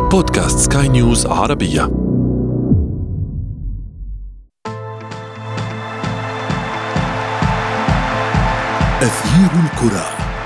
بودكاست سكاي نيوز عربية. أثير الكرة.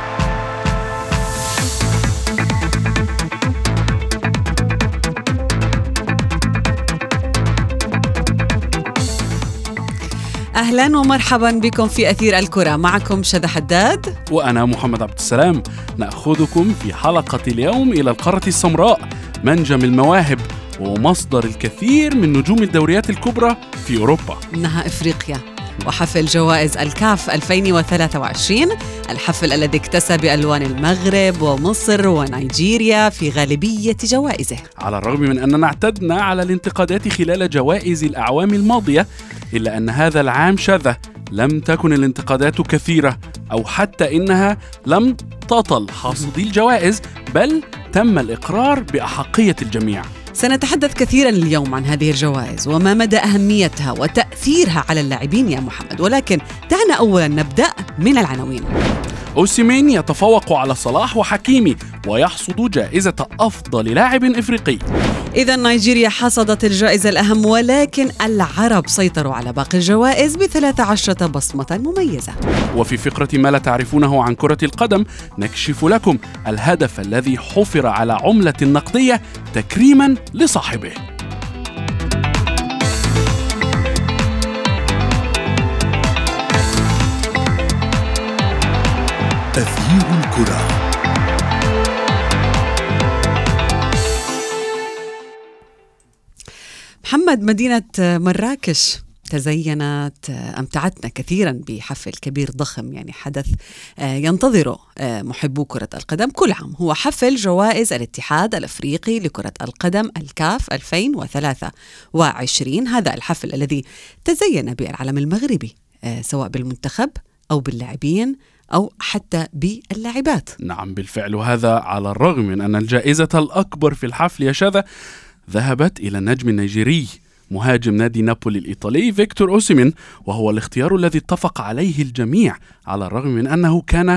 أهلا ومرحبا بكم في أثير الكرة، معكم شذى حداد وأنا محمد عبد السلام. نأخذكم في حلقة اليوم إلى القارة السمراء، منجم المواهب ومصدر الكثير من نجوم الدوريات الكبرى في أوروبا، إنها إفريقيا، وحفل جوائز الكاف 2023، الحفل الذي اكتسى بألوان المغرب ومصر ونيجيريا في غالبية جوائزه. على الرغم من أننا اعتدنا على الانتقادات خلال جوائز الأعوام الماضية، إلا أن هذا العام شذ لم تكن الانتقادات كثيرة، أو حتى إنها لم تطل حاصدي الجوائز، بل تم الإقرار بأحقية الجميع. سنتحدث كثيرا اليوم عن هذه الجوائز وما مدى أهميتها وتأثيرها على اللاعبين يا محمد، ولكن دعنا أولا نبدأ من العناوين. أوسيمين يتفوق على صلاح وحكيمي ويحصد جائزة أفضل لاعب إفريقي. إذا نيجيريا حصدت الجائزة الأهم، ولكن العرب سيطروا على باقي الجوائز ب13 بصمة مميزة. وفي فقرة ما لا تعرفونه عن كرة القدم، نكشف لكم الهدف الذي حفر على عملة نقدية تكريما لصاحبه. أثير الكرة. محمد، مدينة مراكش تزينت، أمتعتنا كثيرا بحفل كبير ضخم، يعني حدث ينتظره محبو كرة القدم كل عام، هو حفل جوائز الاتحاد الأفريقي لكرة القدم الكاف 2023. هذا الحفل الذي تزين بالعلم المغربي، سواء بالمنتخب أو باللاعبين أو حتى باللاعبات. نعم بالفعل، وهذا على الرغم من أن الجائزة الأكبر في الحفل يا شذا ذهبت إلى النجم النيجيري مهاجم نادي نابولي الإيطالي فيكتور أوسيمين، وهو الاختيار الذي اتفق عليه الجميع، على الرغم من أنه كان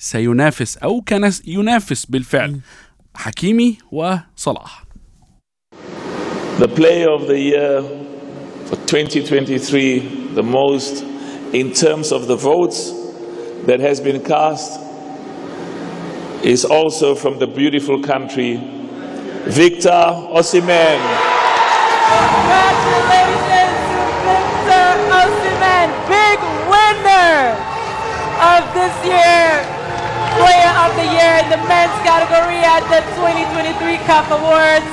ينافس بالفعل حكيمي وصلاح. The player of the year for 2023, the most in terms of the votes that has been cast, is also from the beautiful country, Victor Osimhen. Congratulations to Victor Osimhen, big winner of this year, Player of the Year in the men's category at the 2023 CAF Awards.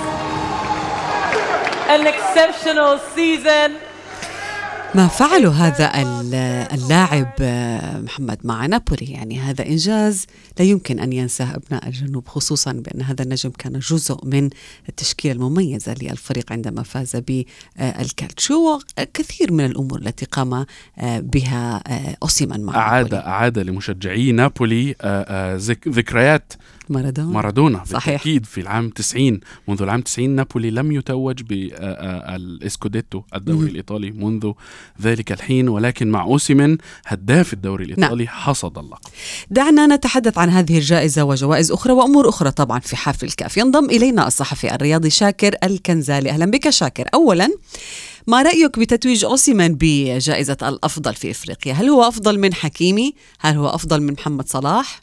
An exceptional season. ما فعله هذا اللاعب محمد مع نابولي، يعني هذا إنجاز لا يمكن أن ينساه أبناء الجنوب، خصوصا بأن هذا النجم كان جزء من التشكيلة المميزة للفريق عندما فاز بالكالتشو، وكثير من الأمور التي قام بها أوسيمان مع أعاد لمشجعي نابولي ذكريات مارادونا. بالتأكيد في العام 90، منذ العام 90 نابولي لم يتوج بالإسكوديتو الدوري الإيطالي منذ ذلك الحين، ولكن مع أوسيمين هداف الدوري الإيطالي حصد اللقب. دعنا نتحدث عن هذه الجائزة وجوائز أخرى وأمور أخرى طبعا في حفل الكاف. ينضم إلينا الصحفي الرياضي شاكر الكنزالي. أهلا بك شاكر. أولا، ما رأيك بتتويج أوسيمان بجائزة الأفضل في إفريقيا؟ هل هو أفضل من حكيمي؟ هل هو أفضل من محمد صلاح؟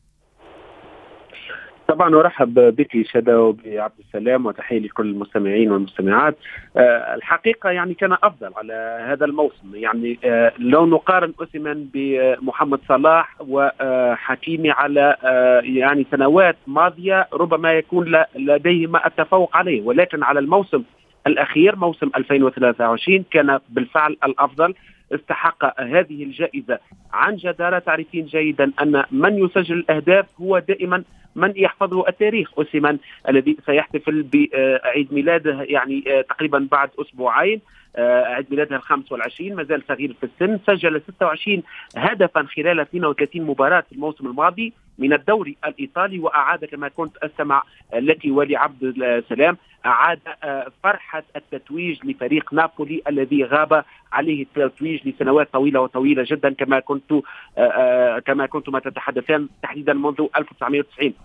طبعا أرحب بك شذى وبعبد السلام، وتحية لكل المستمعين والمستمعات. الحقيقة يعني كان أفضل على هذا الموسم، يعني لو نقارن أوسيمان بمحمد صلاح وحكيمي على يعني سنوات ماضية ربما يكون لديهما التفوق عليه، ولكن على الموسم الأخير موسم 2023 كان بالفعل الأفضل، استحق هذه الجائزة عن جدارة. تعرفين جيدا أن من يسجل الأهداف هو دائما من يحفظه التاريخ. أوسيمان الذي سيحتفل بعيد ميلاده يعني تقريبا بعد أسبوعين، عيد ميلاده 25، ما زال صغير في السن، سجل 26 هدفا خلال 32 مباراة في الموسم الماضي من الدوري الإيطالي، وأعاد كما كنت أستمع لك ولعبد السلام، أعاد فرحة التتويج لفريق نابولي الذي غاب عليه التتويج لسنوات طويلة جدا كما كنتما تتحدثان تحديدا منذ 1990.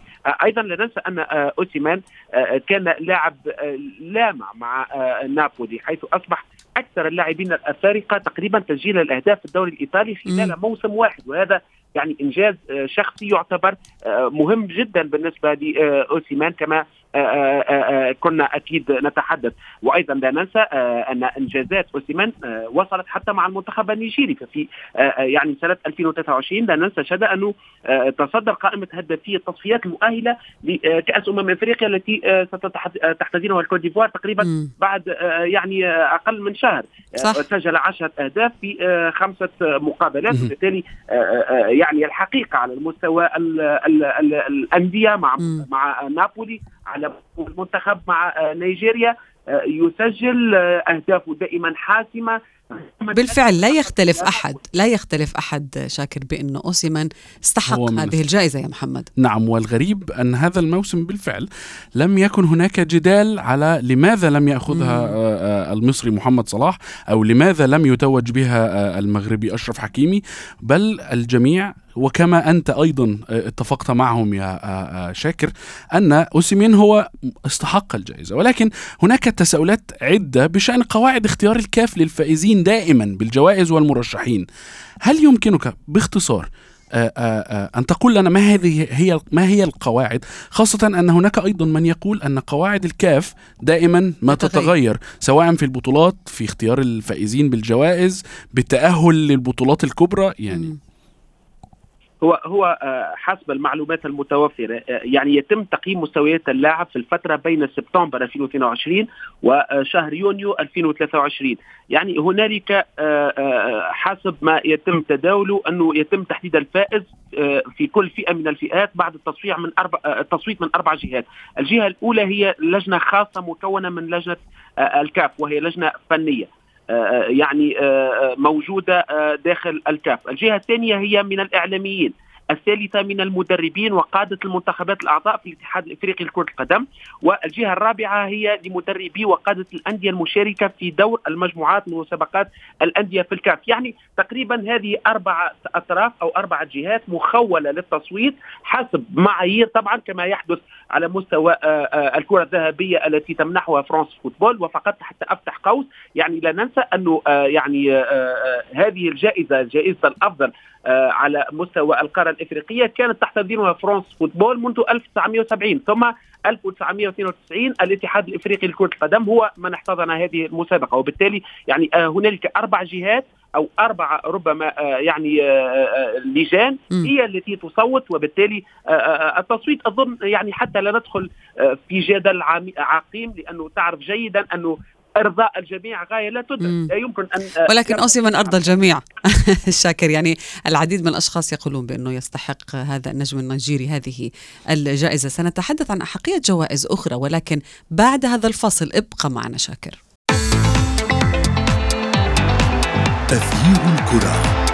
أيضا لا ننسى أن أوسيمان كان لاعب لامع مع نابولي، حيث أصبح أكثر اللاعبين الأفارقة تقريبا تسجيل الأهداف في الدوري الإيطالي خلال موسم واحد، وهذا يعني إنجاز شخصي يعتبر مهم جدا بالنسبة لأوسيمان كما كنا أكيد نتحدث. وأيضا لا ننسى أن إنجازات أوسيمان وصلت حتى مع المنتخب النيجيري، ففي يعني سنة 2023 لا ننسى شدا أنه تصدر قائمة هدافي التصفيات المؤهلة لكأس أفريقيا التي ستحتضنها الكوت ديفوار تقريبا بعد يعني أقل من شهر. سجل 10 أهداف في 5 مقابلات، وبالتالي يعني الحقيقة على المستوى الأندية مع نابولي، على المنتخب مع نيجيريا يسجل أهدافه دائما حاسمة. بالفعل لا يختلف أحد شاكر بأنه أوسيمان استحق هذه الجائزة يا محمد. نعم، والغريب أن هذا الموسم بالفعل لم يكن هناك جدال على لماذا لم يأخذها المصري محمد صلاح أو لماذا لم يتوج بها المغربي أشرف حكيمي، بل الجميع وكما أنت أيضا اتفقت معهم يا شاكر أن أوسيمان هو استحق الجائزة. ولكن هناك تساؤلات عدة بشأن قواعد اختيار الكاف للفائزين دائما بالجوائز والمرشحين. هل يمكنك باختصار أن تقول لنا ما هي القواعد، خاصة أن هناك أيضا من يقول أن قواعد الكاف دائما ما تتغير، سواء في البطولات، في اختيار الفائزين بالجوائز، بالتأهل للبطولات الكبرى؟ يعني هو حسب المعلومات المتوفرة يعني يتم تقييم مستويات اللاعب في الفترة بين سبتمبر 2022 وشهر يونيو 2023. يعني هنالك حسب ما يتم تداوله أنه يتم تحديد الفائز في كل فئة من الفئات بعد التصويت من 4 جهات. الجهة الأولى هي لجنة خاصة مكونة من لجنة الكاف، وهي لجنة فنية يعني موجودة داخل الكاف. الجهة الثانية هي من الإعلاميين، الثالثة من المدربين وقادة المنتخبات الأعضاء في الاتحاد الإفريقي لكرة القدم، والجهة الرابعة هي لمدربي وقادة الأندية المشاركة في دور المجموعات من مسابقات الأندية في الكاف. يعني تقريبا هذه 4 أطراف أو 4 جهات مخولة للتصويت حسب معايير طبعا كما يحدث على مستوى الكرة الذهبية التي تمنحها فرانس فوتبول. وفقط حتى أفتح قوس، يعني لا ننسى أنه يعني هذه الجائزة الأفضل على مستوى القارة الإفريقية كانت تحتضنها فرانس فوتبول منذ 1970، ثم 1992 الاتحاد الإفريقي لكرة القدم هو من احتضن هذه المسابقة. وبالتالي يعني هنالك 4 جهات أو 4 ربما يعني لجان هي التي تصوت، وبالتالي التصويت أظن يعني حتى لا ندخل في جدل عقيم، لأنه تعرف جيدا أنه إرضاء الجميع غاية لا تدرك، لا يمكن أن ولكن أوسيمان أرضى الجميع. الشاكر، يعني العديد من الأشخاص يقولون بأنه يستحق هذا النجم النيجيري هذه الجائزة. سنتحدث عن أحقية جوائز أخرى، ولكن بعد هذا الفاصل ابقى معنا شاكر. تغيير الكرة.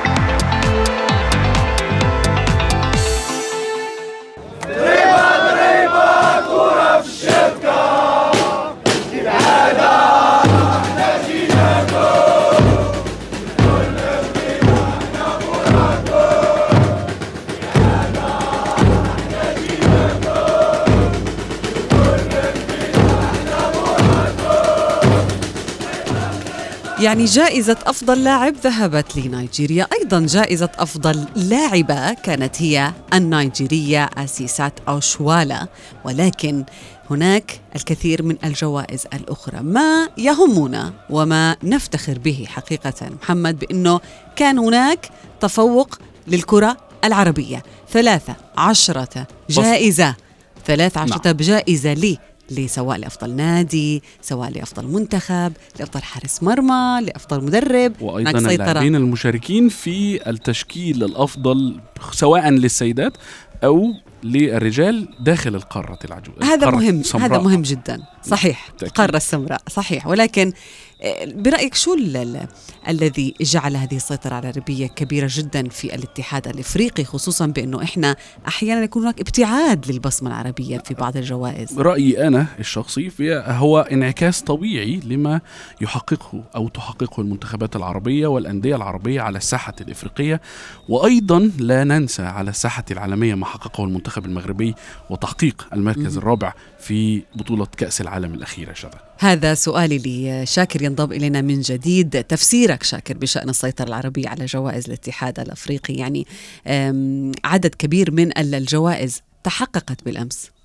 يعني جائزة أفضل لاعب ذهبت لنيجيريا، أيضا جائزة أفضل لاعبة كانت هي النيجيرية أسيسات أوشوالا، ولكن هناك الكثير من الجوائز الأخرى. ما يهمنا وما نفتخر به حقيقة محمد بأنه كان هناك تفوق للكرة العربية، 13 جائزة، 13 جائزة لي سواء لأفضل نادي، سواء لأفضل منتخب، لأفضل حارس مرمى، لأفضل مدرب، وأيضا اللاعبين المشاركين في التشكيل الأفضل سواء للسيدات أو للرجال داخل القارة العجوز. هذا مهم جدا، صحيح، القارة السمراء، صحيح. ولكن برأيك شو الذي جعل هذه السيطرة على العربية كبيرة جدا في الاتحاد الإفريقي، خصوصا بأنه إحنا أحيانا يكون هناك ابتعاد للبصمة العربية في بعض الجوائز؟ رأيي أنا الشخصي هو انعكاس طبيعي لما يحققه أو تحققه المنتخبات العربية والأندية العربية على الساحة الإفريقية، وأيضا لا ننسى على الساحة العالمية ما حققه المنتخب المنتخب المغربي وتحقيق المركز الرابع في بطولة كأس العالم الأخيرة؟ شذا هذا سؤالي لشاكر ينضم إلينا من جديد. تفسيرك شاكر بشأن السيطرة العربية على جوائز الاتحاد الأفريقي، يعني عدد كبير من الجوائز تحققت بالأمس.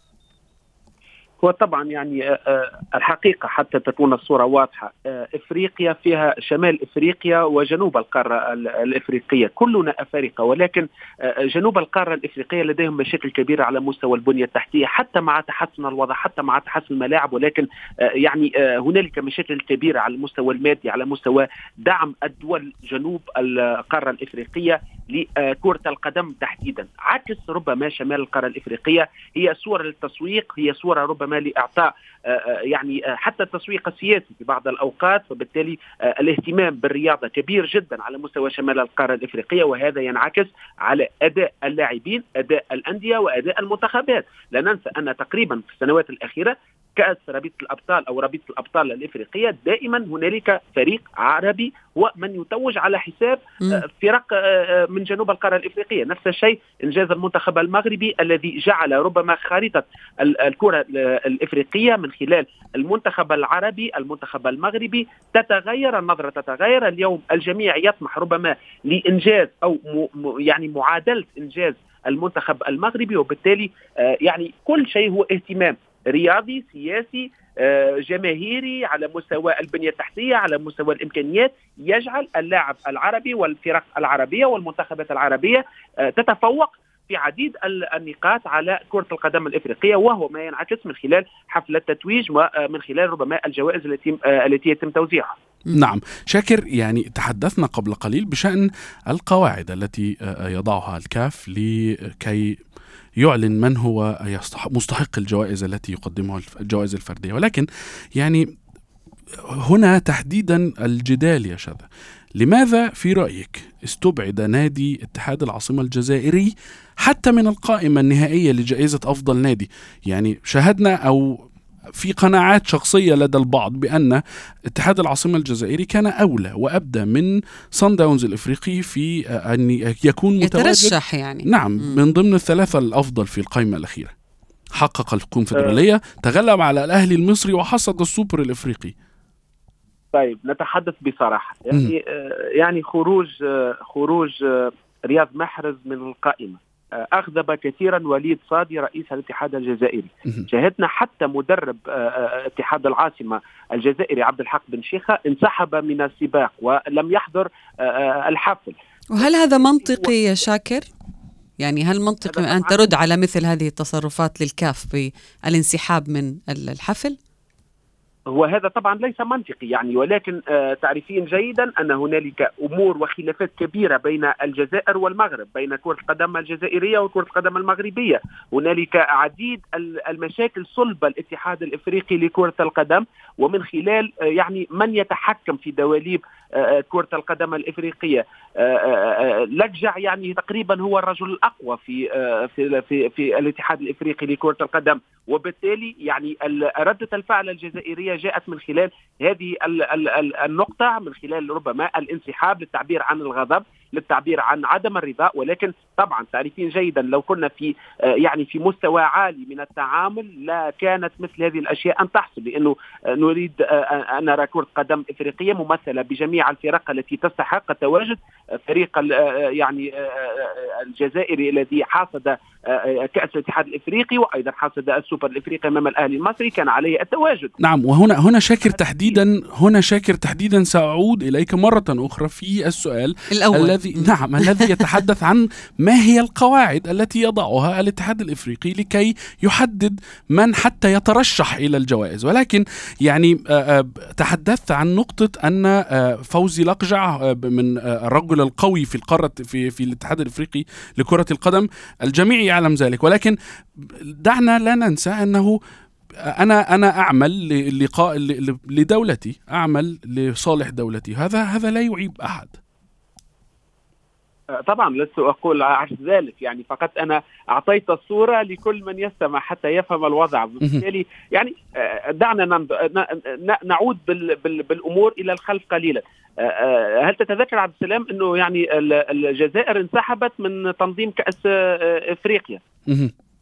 هو طبعا يعني الحقيقة حتى تكون الصورة واضحة، إفريقيا فيها شمال إفريقيا وجنوب القارة الإفريقية، كلنا أفارقة، ولكن جنوب القارة الإفريقية لديهم مشاكل كبيرة على مستوى البنية التحتية حتى مع تحسن الوضع، حتى مع تحسن الملاعب، ولكن يعني هنالك مشاكل كبيرة على المستوى المادي، على مستوى دعم الدول جنوب القارة الإفريقية لكرة القدم تحديدا. عكس ربما شمال القارة الإفريقية، هي صورة للتسويق، هي صورة ربما لإعطاء يعني حتى التسويق السياسي في بعض الأوقات، وبالتالي الاهتمام بالرياضة كبير جدا على مستوى شمال القارة الإفريقية، وهذا ينعكس على أداء اللاعبين، أداء الأندية، وأداء المنتخبات. لا ننسى أن تقريبا في السنوات الأخيرة كأس رابطة الأبطال أو رابطة الأبطال الإفريقية دائما هنالك فريق عربي ومن يتوج على حساب فرق من جنوب القارة الإفريقية. نفس الشيء إنجاز المنتخب المغربي الذي جعل ربما خارطة الكرة الإفريقية من خلال المنتخب العربي، المنتخب المغربي تتغير، النظرة تتغير. اليوم الجميع يطمح ربما لإنجاز أو يعني معادلة إنجاز المنتخب المغربي، وبالتالي يعني كل شيء هو اهتمام رياضي، سياسي، جماهيري، على مستوى البنية التحتية، على مستوى الإمكانيات، يجعل اللاعب العربي والفرق العربية والمنتخبات العربية تتفوق في عديد النقاط على كرة القدم الإفريقية، وهو ما ينعكس من خلال حفل التتويج ومن خلال ربما الجوائز التي يتم توزيعها. نعم شاكر، يعني تحدثنا قبل قليل بشأن القواعد التي يضعها الكاف لكي يعلن من هو مستحق الجوائز التي يقدمها الجوائز الفردية، ولكن يعني هنا تحديدا الجدال يا شذا، لماذا في رأيك استبعد نادي اتحاد العاصمة الجزائري حتى من القائمة النهائية لجائزة أفضل نادي؟ يعني شاهدنا أو في قناعات شخصية لدى البعض بأن اتحاد العاصمة الجزائري كان أولى وأبدى من صن داونز الإفريقي في أن يكون يترشح يعني نعم من ضمن الثلاثة الأفضل في القائمة الأخيرة. حقق الكونفدرالية، تغلب على الأهلي المصري، وحصد السوبر الإفريقي. طيب نتحدث بصراحة، يعني خروج رياض محرز من القائمة أغضب كثيرا وليد صادي رئيس الاتحاد الجزائري. شاهدنا حتى مدرب اتحاد العاصمة الجزائري عبد الحق بن شيخة انسحب من السباق ولم يحضر الحفل. وهل هذا منطقي يا شاكر؟ يعني هل منطقي أن ترد على مثل هذه التصرفات للكاف بالانسحاب من الحفل؟ هو هذا طبعا ليس منطقي يعني، ولكن تعرفين جيدا أن هنالك أمور وخلافات كبيرة بين الجزائر والمغرب، بين كرة القدم الجزائرية وكرة القدم المغربية. هنالك عديد المشاكل صلب الاتحاد الإفريقي لكرة القدم، ومن خلال يعني من يتحكم في دواليب كرة القدم الإفريقية. لجع يعني تقريبا هو الرجل الأقوى في الاتحاد الإفريقي لكرة القدم، وبالتالي يعني ردة الفعل الجزائرية جاءت من خلال هذه النقطة، من خلال ربما الانسحاب للتعبير عن الغضب، للتعبير عن عدم الرضا. ولكن طبعا تعرفين جيدا لو كنا في يعني في مستوى عالي من التعامل لا كانت مثل هذه الأشياء أن تحصل، لأنه نريد أن نرى كرة قدم إفريقية ممثلة بجميع الفرق التي تستحق التواجد. فريق يعني الجزائري الذي حاصد كأس الاتحاد الإفريقي وأيضا حاصد السوبر الإفريقي أمام الأهلي المصري كان عليه التواجد. نعم، وهنا شاكر تحديدا سأعود إليك مرة أخرى في السؤال الذي يتحدث عن ما هي القواعد التي يضعها الاتحاد الإفريقي لكي يحدد من حتى يترشح إلى الجوائز. ولكن يعني تحدثت عن نقطة أن فوزي لقجع من الرجل القوي في القارة في الاتحاد الإفريقي لكرة القدم، الجميع يعلم ذلك، ولكن دعنا لا ننسى أنه أنا أعمل لدولتي، أعمل لصالح دولتي، هذا لا يعيب أحد. طبعا لست أقول عكس ذلك، يعني فقط أنا أعطيت الصورة لكل من يستمع حتى يفهم الوضع. بالتالي يعني دعنا نعود بالأمور إلى الخلف قليلا. هل تتذكر عبد السلام أنه يعني الجزائر انسحبت من تنظيم كأس إفريقيا؟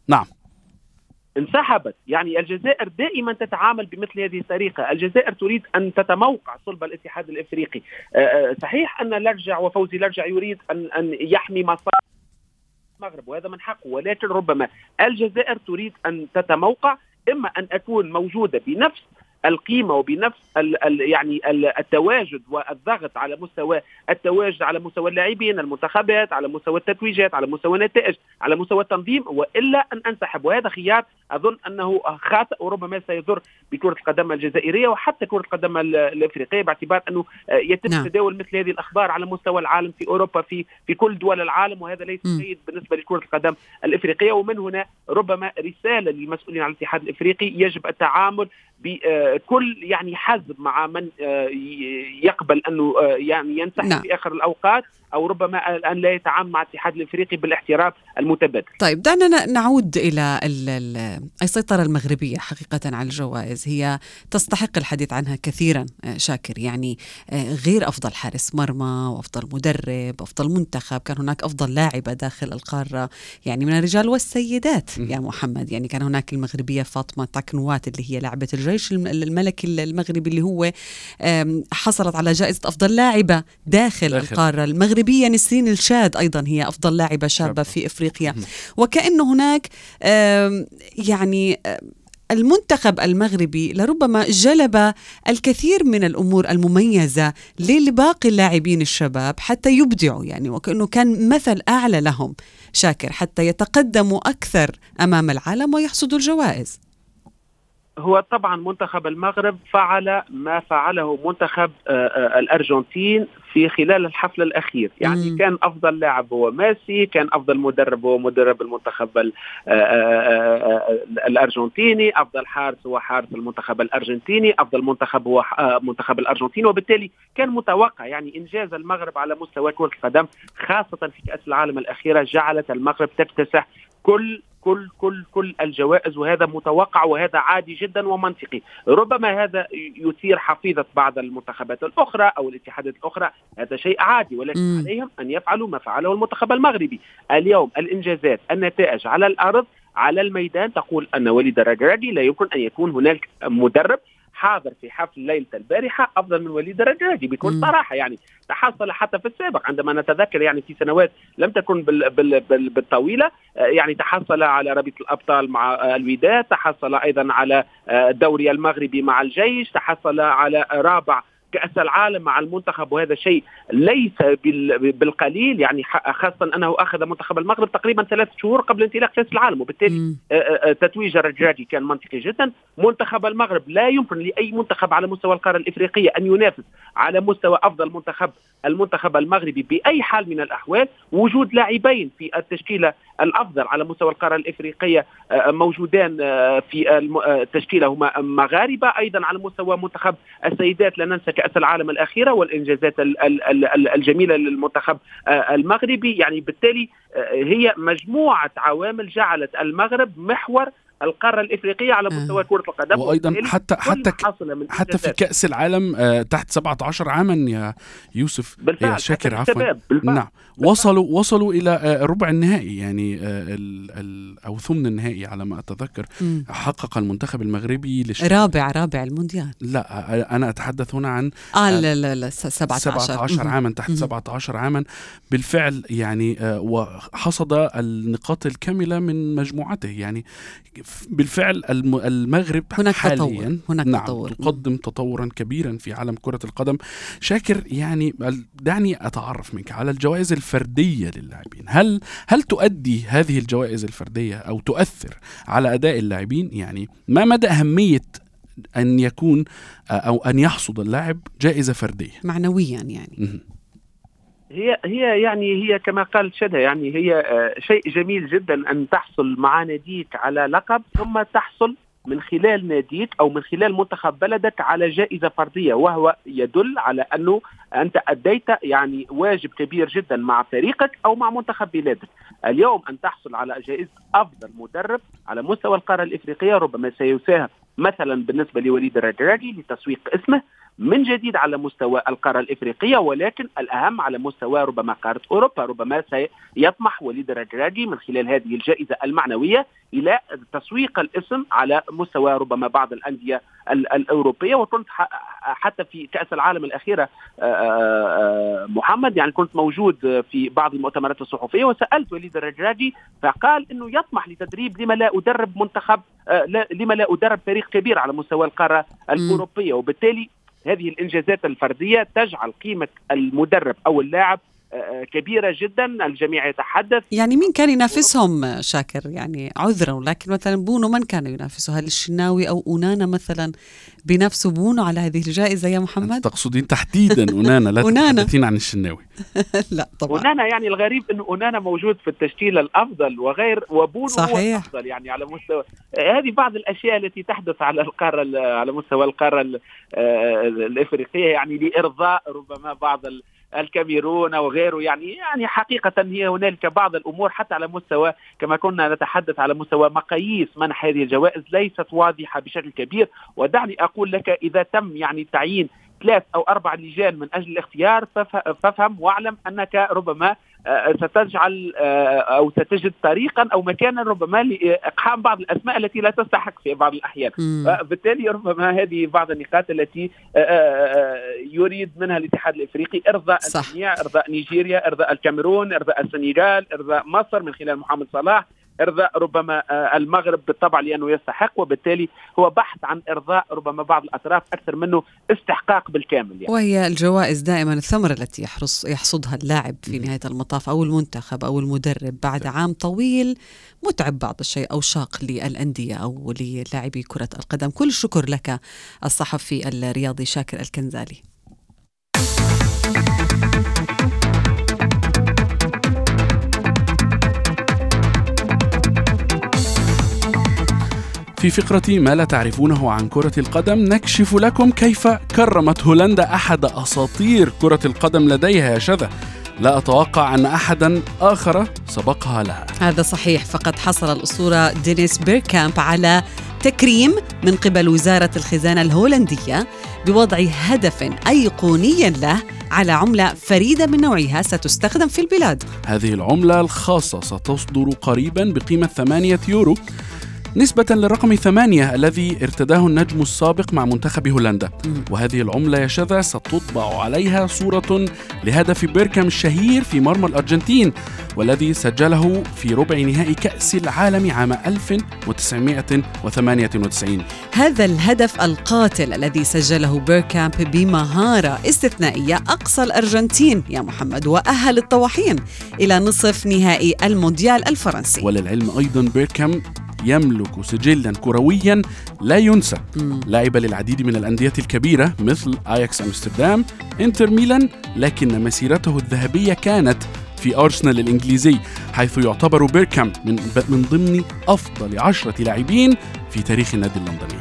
نعم انسحبت. يعني الجزائر دائما تتعامل بمثل هذه الطريقة. الجزائر تريد أن تتموقع صلب الاتحاد الإفريقي. صحيح أن لرجع وفوزي لرجع يريد أن يحمي مصالح المغرب وهذا من حقه، ولكن ربما الجزائر تريد أن تتموقع، إما أن تكون موجودة بنفس القيمة وبنفس يعني التواجد والضغط على مستوى التواجد، على مستوى اللاعبين، المنتخبات، على مستوى التتويجات، على مستوى النتائج، على مستوى التنظيم، وإلا أن أنسحب. وهذا خيار أظن أنه خاطئ وربما سيضر بكرة القدم الجزائرية وحتى كرة القدم الإفريقية، باعتبار أنه يتم تداول مثل هذه الأخبار على مستوى العالم، في أوروبا، في كل دول العالم، وهذا ليس جيد بالنسبة لكرة القدم الإفريقية. ومن هنا ربما رسالة للمسؤولين عن الاتحاد الإفريقي: يجب التعامل بكل يعني حزم مع من يقبل أنه يعني ينسحب في آخر الأوقات، أو ربما أن لا يتعامل مع الاتحاد الإفريقي بالاحترام المتبادل. طيب دعنا نعود إلى السيطرة المغربية حقيقة على الجوائز. هي تستحق الحديث عنها كثيرا شاكر، يعني غير أفضل حارس مرمى وأفضل مدرب أفضل منتخب، كان هناك أفضل لاعبة داخل القارة يعني من الرجال والسيدات يا محمد. يعني كان هناك المغربية فاطمة تاكنوات اللي هي لاعبة الجيش الملكي المغربي اللي هو حصلت على جائزة أفضل لاعبة داخل القارة المغربية. نسرين الشاد أيضا هي أفضل لاعبة شابة في إفريقيا. وكأنه هناك يعني المنتخب المغربي لربما جلب الكثير من الأمور المميزة لباقي اللاعبين الشباب حتى يبدعوا، يعني وكأنه كان مثل أعلى لهم شاكر حتى يتقدموا أكثر أمام العالم ويحصدوا الجوائز. هو طبعا منتخب المغرب فعل ما فعله منتخب الأرجنتين في خلال الحفل الأخير. يعني كان أفضل لاعب هو ميسي، كان أفضل مدرب هو مدرب المنتخب الأرجنتيني، أفضل حارس هو حارس المنتخب الأرجنتيني، أفضل منتخب هو منتخب الأرجنتين. وبالتالي كان متوقع يعني إنجاز المغرب على مستوى كرة القدم، خاصة في كأس العالم الأخيرة جعلت المغرب تكتسح كل الجوائز، وهذا متوقع وهذا عادي جدا ومنطقي. ربما هذا يثير حفيظة بعض المنتخبات الأخرى أو الاتحادات الأخرى، هذا شيء عادي، ولكن عليهم أن يفعلوا ما فعله المنتخب المغربي. اليوم الإنجازات، النتائج على الأرض على الميدان تقول أن وليد الركراكي لا يمكن أن يكون هناك مدرب حاضر في حفل ليلة البارحة أفضل من وليد الركراكي بكل صراحة. يعني تحصل حتى في السابق عندما نتذكر يعني في سنوات لم تكن بالطويلة، يعني تحصل على رابطة الأبطال مع الوداد، تحصل أيضا على الدوري المغربي مع الجيش، تحصل على رابع كأس العالم مع المنتخب، وهذا شيء ليس بالقليل. يعني خاصة أنه أخذ منتخب المغرب تقريبا 3 شهور قبل انطلاق كأس العالم، وبالتالي تتويج الركراكي كان منطقي جدا. منتخب المغرب لا يمكن لأي منتخب على مستوى القارة الإفريقية أن ينافس على مستوى أفضل المنتخب المغربي بأي حال من الأحوال. وجود لاعبين في التشكيلة الأفضل على مستوى القارة الإفريقية موجودان في التشكيلة هما مغاربة. أيضا على مستوى منتخب السيدات لا ننسى كأس العالم الأخيرة والإنجازات الجميلة للمنتخب المغربي. يعني بالتالي هي مجموعة عوامل جعلت المغرب محور القارة الإفريقية على مستوى كرة القدم. وأيضا حتى في كأس العالم تحت 17 عاما يا يوسف يا شاكر عفوا. نعم وصلوا إلى ربع النهائي يعني أو ثمن النهائي على ما أتذكر. حقق المنتخب المغربي رابع المونديال. لا أنا أتحدث هنا عن لا 17 عاما تحت 17 عاما بالفعل. يعني وحصد النقاط الكاملة من مجموعته. يعني بالفعل المغرب هناك حاليا تطور. تقدم تطورا كبيرا في عالم كرة القدم. شاكر يعني دعني أتعرف منك على الجوائز الفردية للاعبين. هل تؤدي هذه الجوائز الفردية أو تؤثر على أداء اللاعبين؟ يعني ما مدى أهمية أن يكون أو أن يحصد اللاعب جائزة فردية معنويا يعني؟ هي كما قال شدة، يعني هي شيء جميل جدا أن تحصل مع ناديك على لقب، ثم تحصل من خلال ناديك أو من خلال منتخب بلدك على جائزة فردية، وهو يدل على أنه أنت أديت يعني واجب كبير جدا مع فريقك أو مع منتخب بلادك. اليوم أن تحصل على جائزة أفضل مدرب على مستوى القارة الإفريقية ربما سيساهم مثلا بالنسبة لوليد الركراكي لتسويق اسمه، من جديد على مستوى القارة الإفريقية، ولكن الأهم على مستوى ربما قارة أوروبا. ربما سيطمح وليد الركراكي من خلال هذه الجائزة المعنوية إلى تسويق الاسم على مستوى ربما بعض الأندية الأوروبية. وكنت حتى في كأس العالم الأخيرة محمد يعني كنت موجود في بعض المؤتمرات الصحفية وسألت وليد الركراكي فقال إنه يطمح لتدريب لما لا أدرب منتخب لما لا أدرب فريق كبير على مستوى القارة الأوروبية. وبالتالي هذه الإنجازات الفردية تجعل قيمة المدرب أو اللاعب كبيرة جدا. الجميع يتحدث يعني مين كان ينافسهم شاكر يعني عذرا، ولكن مثلا بونو من كان ينافسه؟ هل الشناوي أو أونانا مثلا بينافسوا بونو على هذه الجائزة يا محمد؟ تقصدين تحديدا أونانا لا تتحدثين عن الشناوي؟ لا طبعا أونانا يعني الغريب أنه أونانا موجود في التشكيل الأفضل وبونو صحيح. هو الأفضل يعني على مستوى هذه بعض الأشياء التي تحدث على القارة على مستوى القارة الإفريقية يعني لإرضاء ربما بعض الكاميرون وغيره. يعني حقيقة هي هنالك بعض الأمور حتى على مستوى كما كنا نتحدث على مستوى مقاييس منح هذه الجوائز ليست واضحة بشكل كبير. ودعني أقول لك إذا تم يعني تعيين 3 أو 4 لجان من أجل الاختيار فافهم واعلم أنك ربما ستجعل أو ستجد طريقا أو مكانا ربما لإقحام بعض الأسماء التي لا تستحق في بعض الأحيان. بالتالي ربما هذه بعض النقاط التي يريد منها الاتحاد الإفريقي إرضاء الجميع، إرضاء نيجيريا، إرضاء الكاميرون، إرضاء السنغال، إرضاء مصر من خلال محمد صلاح، إرضاء ربما المغرب بالطبع لأنه يستحق. وبالتالي هو بحث عن إرضاء ربما بعض الأطراف أكثر منه استحقاق بالكامل يعني. وهي الجوائز دائما الثمرة التي يحصدها اللاعب في نهاية المطاف أو المنتخب أو المدرب بعد عام طويل متعب بعض الشيء أو شاق للأندية أو للاعبي كرة القدم. كل الشكر لك الصحفي الرياضي شاكر الكنزالي. في فقرة ما لا تعرفونه عن كرة القدم نكشف لكم كيف كرمت هولندا أحد أساطير كرة القدم لديها يا شذا. لا أتوقع أن أحدا آخر سبقها لها. هذا صحيح، فقد حصل الأسطورة دينيس بيركامب على تكريم من قبل وزارة الخزانة الهولندية بوضع هدف أيقوني له على عملة فريدة من نوعها ستستخدم في البلاد. هذه العملة الخاصة ستصدر قريبا بقيمة 8 يورو نسبة للرقم 8 الذي ارتداه النجم السابق مع منتخب هولندا. وهذه العملة يا شذا ستطبع عليها صورة لهدف بيركام الشهير في مرمى الأرجنتين والذي سجله في ربع نهائي كأس العالم عام 1998. هذا الهدف القاتل الذي سجله بيركامب بمهارة استثنائية أقصى الأرجنتين يا محمد وأهل الطواحين إلى نصف نهائي المونديال الفرنسي. وللعلم أيضا بيركامب يملك سجلا كرويا لا ينسى. لعب للعديد من الأندية الكبيرة مثل أياكس أمستردام، إنتر ميلان، لكن مسيرته الذهبية كانت في أرسنال الإنجليزي، حيث يعتبر بيركامب من ضمن أفضل 10 لاعبين في تاريخ النادي اللندني.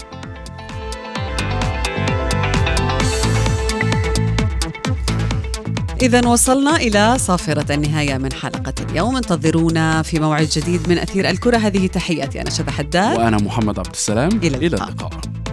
إذن وصلنا إلى صافرة النهاية من حلقة اليوم. انتظرونا في موعد جديد من أثير الكرة. هذه تحياتي، أنا شذى حداد وأنا محمد عبد السلام. إلى اللقاء.